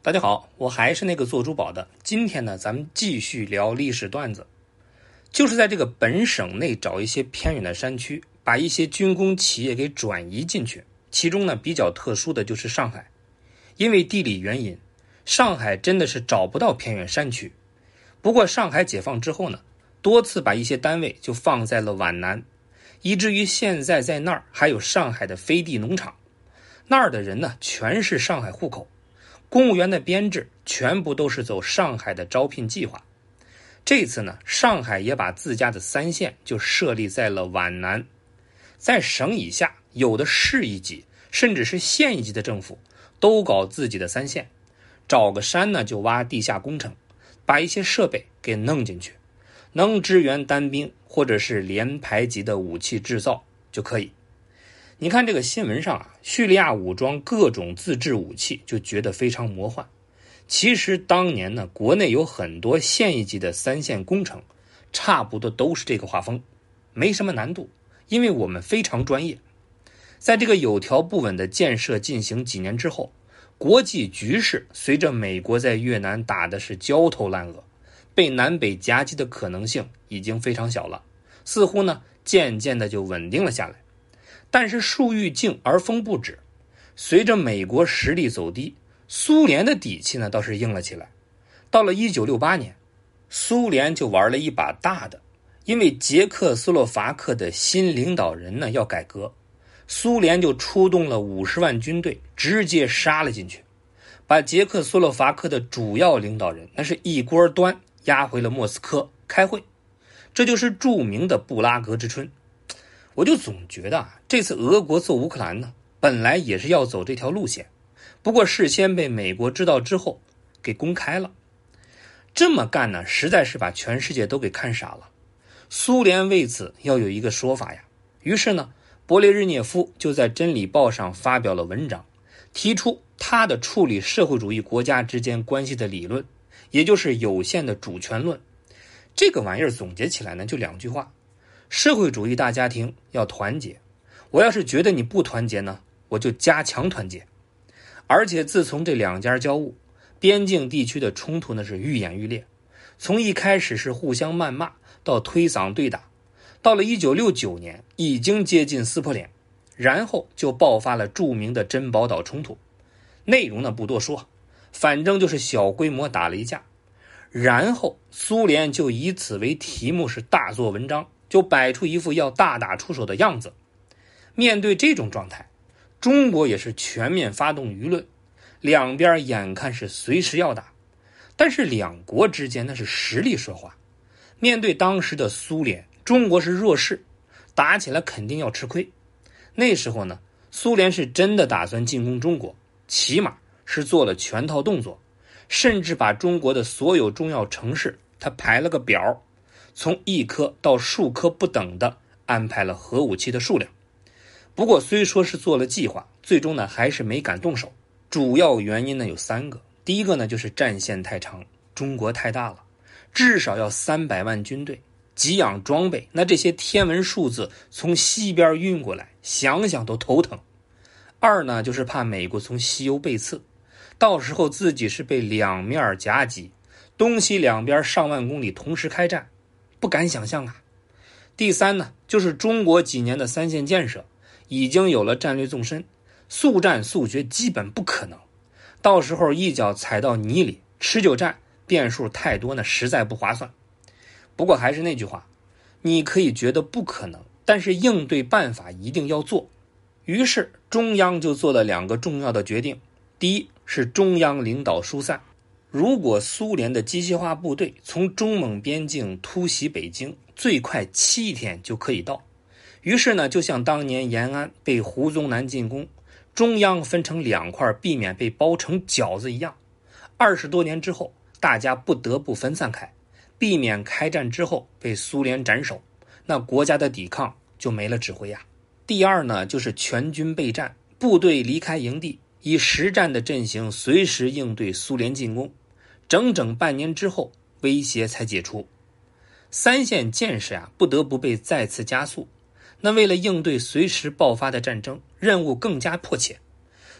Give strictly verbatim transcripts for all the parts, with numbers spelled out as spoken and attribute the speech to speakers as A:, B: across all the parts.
A: 大家好，我还是那个做珠宝的。今天呢，咱们继续聊历史段子。就是在这个本省内找一些偏远的山区，把一些军工企业给转移进去。其中呢，比较特殊的就是上海，因为地理原因，上海真的是找不到偏远山区。不过上海解放之后呢，多次把一些单位就放在了皖南，以至于现在在那儿还有上海的飞地农场，那儿的人呢全是上海户口。公务员的编制全部都是走上海的招聘计划。这次呢，上海也把自家的三县就设立在了皖南。在省以下，有的市一级甚至是县一级的政府都搞自己的三县，找个山呢就挖地下工程，把一些设备给弄进去，能支援单兵或者是连排级的武器制造就可以。你看这个新闻上啊，叙利亚武装各种自制武器，就觉得非常魔幻。其实当年呢，国内有很多县一级的三线工程，差不多都是这个画风，没什么难度，因为我们非常专业。在这个有条不紊的建设进行几年之后，国际局势随着美国在越南打的是焦头烂额，被南北夹击的可能性已经非常小了，似乎呢渐渐的就稳定了下来。但是树欲静而风不止，随着美国实力走低，苏联的底气呢倒是硬了起来。到了一九六八年，苏联就玩了一把大的，因为捷克斯洛伐克的新领导人呢要改革，苏联就出动了五十万军队，直接杀了进去，把捷克斯洛伐克的主要领导人那是一锅端押回了莫斯科开会。这就是著名的布拉格之春。我就总觉得啊，这次俄国做乌克兰呢，本来也是要走这条路线，不过事先被美国知道之后给公开了。这么干呢，实在是把全世界都给看傻了。苏联为此要有一个说法呀。于是呢，勃列日涅夫就在《真理报》上发表了文章，提出他的处理社会主义国家之间关系的理论，也就是有限的主权论。这个玩意儿总结起来呢，就两句话：社会主义大家庭要团结，我要是觉得你不团结呢，我就加强团结。而且自从这两家交恶，边境地区的冲突呢是愈演愈烈，从一开始是互相谩骂，到推搡对打，到了一九六九年已经接近撕破脸，然后就爆发了著名的珍宝岛冲突。内容呢不多说，反正就是小规模打了一架，然后苏联就以此为题目是大做文章，就摆出一副要大打出手的样子。面对这种状态，中国也是全面发动舆论，两边眼看是随时要打，但是两国之间那是实力说话。面对当时的苏联，中国是弱势，打起来肯定要吃亏。那时候呢，苏联是真的打算进攻中国，起码是做了全套动作，甚至把中国的所有重要城市他排了个表，从一颗到数颗不等的安排了核武器的数量。不过虽说是做了计划，最终呢还是没敢动手。主要原因呢有三个。第一个呢就是战线太长，中国太大了，至少要三百万军队，给养装备，那这些天文数字从西边运过来，想想都头疼。二呢就是怕美国从西欧背刺，到时候自己是被两面夹击，东西两边上万公里同时开战，不敢想象啊。第三呢就是中国几年的三线建设已经有了战略纵深，速战速决基本不可能，到时候一脚踩到泥里，持久战变数太多呢，实在不划算。不过还是那句话，你可以觉得不可能，但是应对办法一定要做。于是中央就做了两个重要的决定。第一是中央领导疏散，如果苏联的机械化部队从中蒙边境突袭北京，最快七天就可以到。于是呢，就像当年延安被胡宗南进攻，中央分成两块，避免被包成饺子一样。二十多年之后，大家不得不分散开，避免开战之后被苏联斩首，那国家的抵抗就没了指挥呀。第二呢，就是全军备战，部队离开营地，以实战的阵型随时应对苏联进攻。整整半年之后，威胁才解除。三线建设呀，不得不被再次加速。那为了应对随时爆发的战争，任务更加迫切。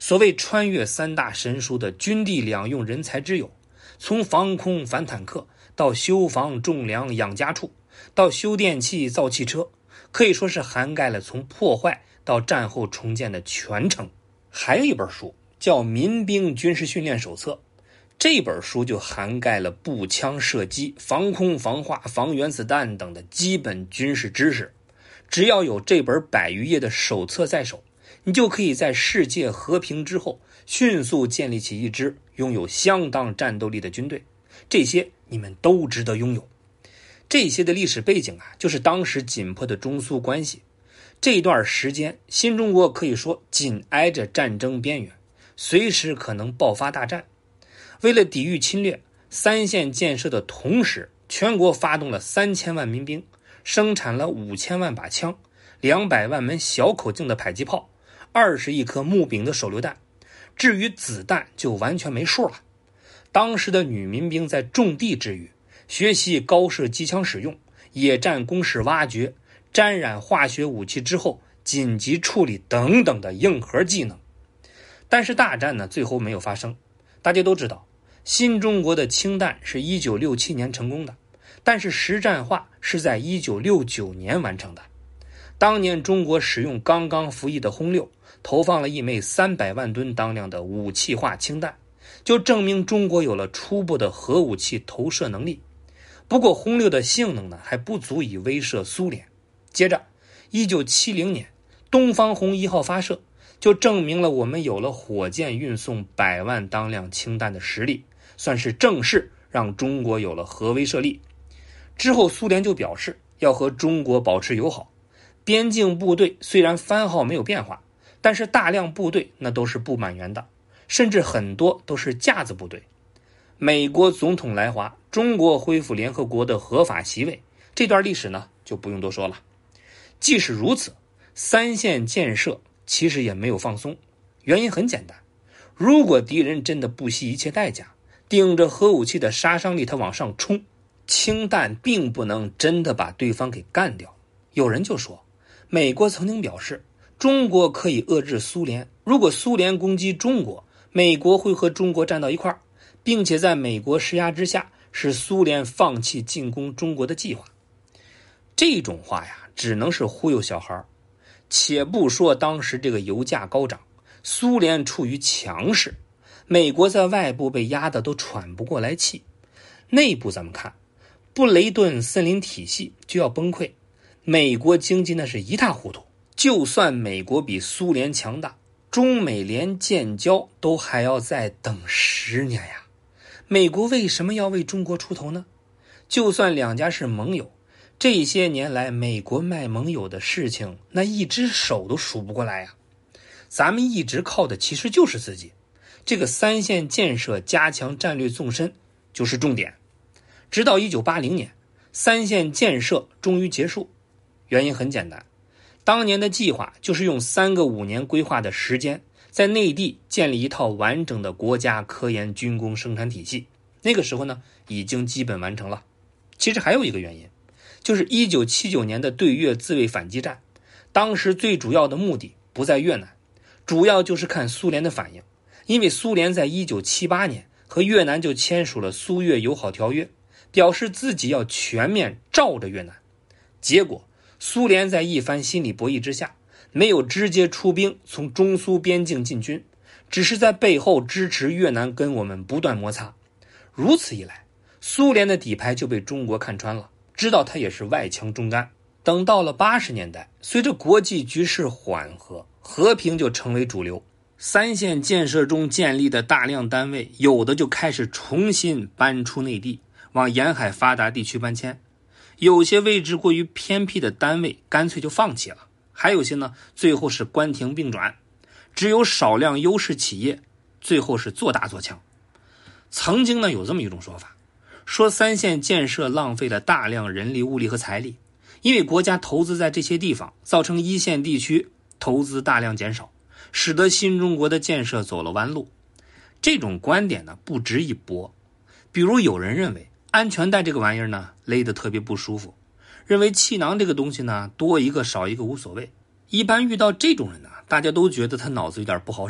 A: 所谓穿越三大神书的军地两用人才之有，从防空反坦克到修房种粮养家畜，到修电器造汽车，可以说是涵盖了从破坏到战后重建的全程。还有一本书叫《民兵军事训练手册》，这本书就涵盖了步枪射击、防空防化、防原子弹等的基本军事知识。只要有这本百余页的手册在手，你就可以在世界和平之后迅速建立起一支拥有相当战斗力的军队，这些你们都值得拥有。这些的历史背景啊，就是当时紧迫的中苏关系。这段时间，新中国可以说紧挨着战争边缘，随时可能爆发大战。为了抵御侵略，三线建设的同时，全国发动了三千万民兵，生产了五千万把枪，两百万门小口径的迫击炮，二十亿颗木柄的手榴弹。至于子弹就完全没数了。当时的女民兵在种地之余，学习高射机枪使用、野战工事挖掘、沾染化学武器之后紧急处理等等的硬核技能。但是大战呢，最后没有发生。大家都知道，新中国的氢弹是一九六七年成功的，但是实战化是在一九六九年完成的。当年中国使用刚刚服役的轰六，投放了一枚三百万吨当量的武器化氢弹，就证明中国有了初步的核武器投射能力。不过轰六的性能呢，还不足以威慑苏联。接着一九七零年东方红一号发射，就证明了我们有了火箭运送百万当量氢弹的实力，算是正式让中国有了核威慑力。之后苏联就表示要和中国保持友好，边境部队虽然番号没有变化，但是大量部队那都是不满员的，甚至很多都是架子部队。美国总统来华，中国恢复联合国的合法席位，这段历史呢就不用多说了。即使如此，三线建设其实也没有放松，原因很简单，如果敌人真的不惜一切代价，顶着核武器的杀伤力他往上冲，氢弹并不能真的把对方给干掉。有人就说，美国曾经表示中国可以遏制苏联，如果苏联攻击中国，美国会和中国站到一块儿，并且在美国施压之下使苏联放弃进攻中国的计划。这种话呀，只能是忽悠小孩。且不说当时这个油价高涨，苏联处于强势，美国在外部被压得都喘不过来气，内部咱们看，布雷顿森林体系就要崩溃，美国经济那是一塌糊涂。就算美国比苏联强大，中美联建交都还要再等十年呀。美国为什么要为中国出头呢？就算两家是盟友，这些年来美国卖盟友的事情那一只手都数不过来呀。咱们一直靠的其实就是自己，这个三线建设加强战略纵深就是重点。直到一九八零年，三线建设终于结束，原因很简单，当年的计划就是用三个五年规划的时间，在内地建立一套完整的国家科研军工生产体系。那个时候呢，已经基本完成了。其实还有一个原因，就是一九七九年的对越自卫反击战，当时最主要的目的不在越南，主要就是看苏联的反应。因为苏联在一九七八年和越南就签署了苏越友好条约，表示自己要全面罩着越南。结果苏联在一番心理博弈之下，没有直接出兵从中苏边境进军，只是在背后支持越南跟我们不断摩擦。如此一来，苏联的底牌就被中国看穿了，知道它也是外强中干。等到了八十年代，随着国际局势缓和，和平就成为主流。三线建设中建立的大量单位，有的就开始重新搬出内地，往沿海发达地区搬迁。有些位置过于偏僻的单位干脆就放弃了，还有些呢，最后是关停并转。只有少量优势企业最后是做大做强。曾经呢，有这么一种说法，说三线建设浪费了大量人力物力和财力，因为国家投资在这些地方，造成一线地区投资大量减少，使得新中国的建设走了弯路。这种观点呢，不值一驳。比如有人认为安全带这个玩意儿呢，勒得特别不舒服，认为气囊这个东西呢，多一个少一个无所谓。一般遇到这种人呢，大家都觉得他脑子有点不好使，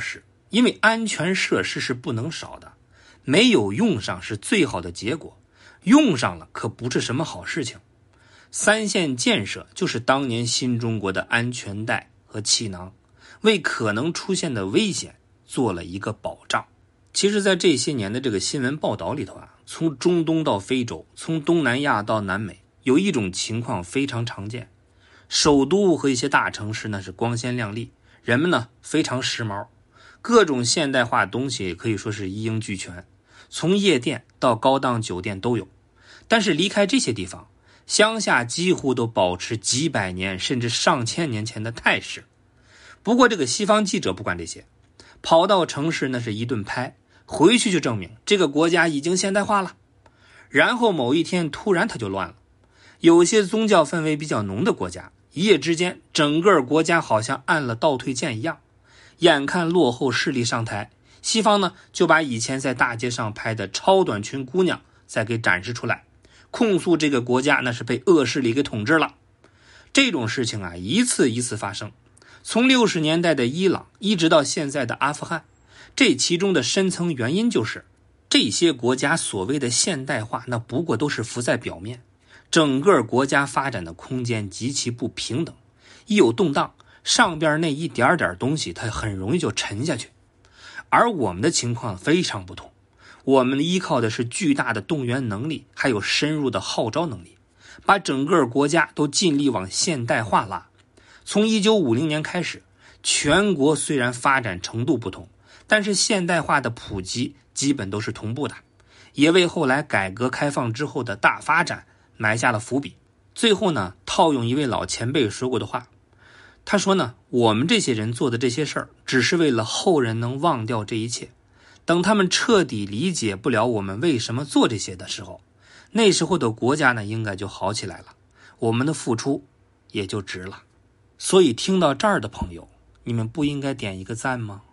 A: 因为安全设施是不能少的，没有用上是最好的结果，用上了可不是什么好事情。三线建设就是当年新中国的安全带和气囊，为可能出现的危险做了一个保障。其实在这些年的这个新闻报道里头啊，从中东到非洲，从东南亚到南美，有一种情况非常常见，首都和一些大城市呢是光鲜亮丽，人们呢非常时髦，各种现代化东西可以说是一应俱全，从夜店到高档酒店都有。但是离开这些地方，乡下几乎都保持几百年甚至上千年前的态势。不过这个西方记者不管这些，跑到城市那是一顿拍，回去就证明这个国家已经现代化了。然后某一天突然它就乱了，有些宗教氛围比较浓的国家，一夜之间整个国家好像按了倒退键一样，眼看落后势力上台，西方呢就把以前在大街上拍的超短裙姑娘再给展示出来，控诉这个国家那是被恶势力给统治了。这种事情啊一次一次发生，从六十年代的伊朗一直到现在的阿富汗，这其中的深层原因就是这些国家所谓的现代化那不过都是浮在表面，整个国家发展的空间极其不平等，一有动荡，上边那一点点东西它很容易就沉下去。而我们的情况非常不同，我们依靠的是巨大的动员能力，还有深入的号召能力，把整个国家都尽力往现代化拉。从一九五零年开始，全国虽然发展程度不同，但是现代化的普及基本都是同步的，也为后来改革开放之后的大发展埋下了伏笔。最后呢，套用一位老前辈说过的话，他说呢，我们这些人做的这些事儿，只是为了后人能忘掉这一切，等他们彻底理解不了我们为什么做这些的时候，那时候的国家呢应该就好起来了，我们的付出也就值了。所以听到这儿的朋友，你们不应该点一个赞吗？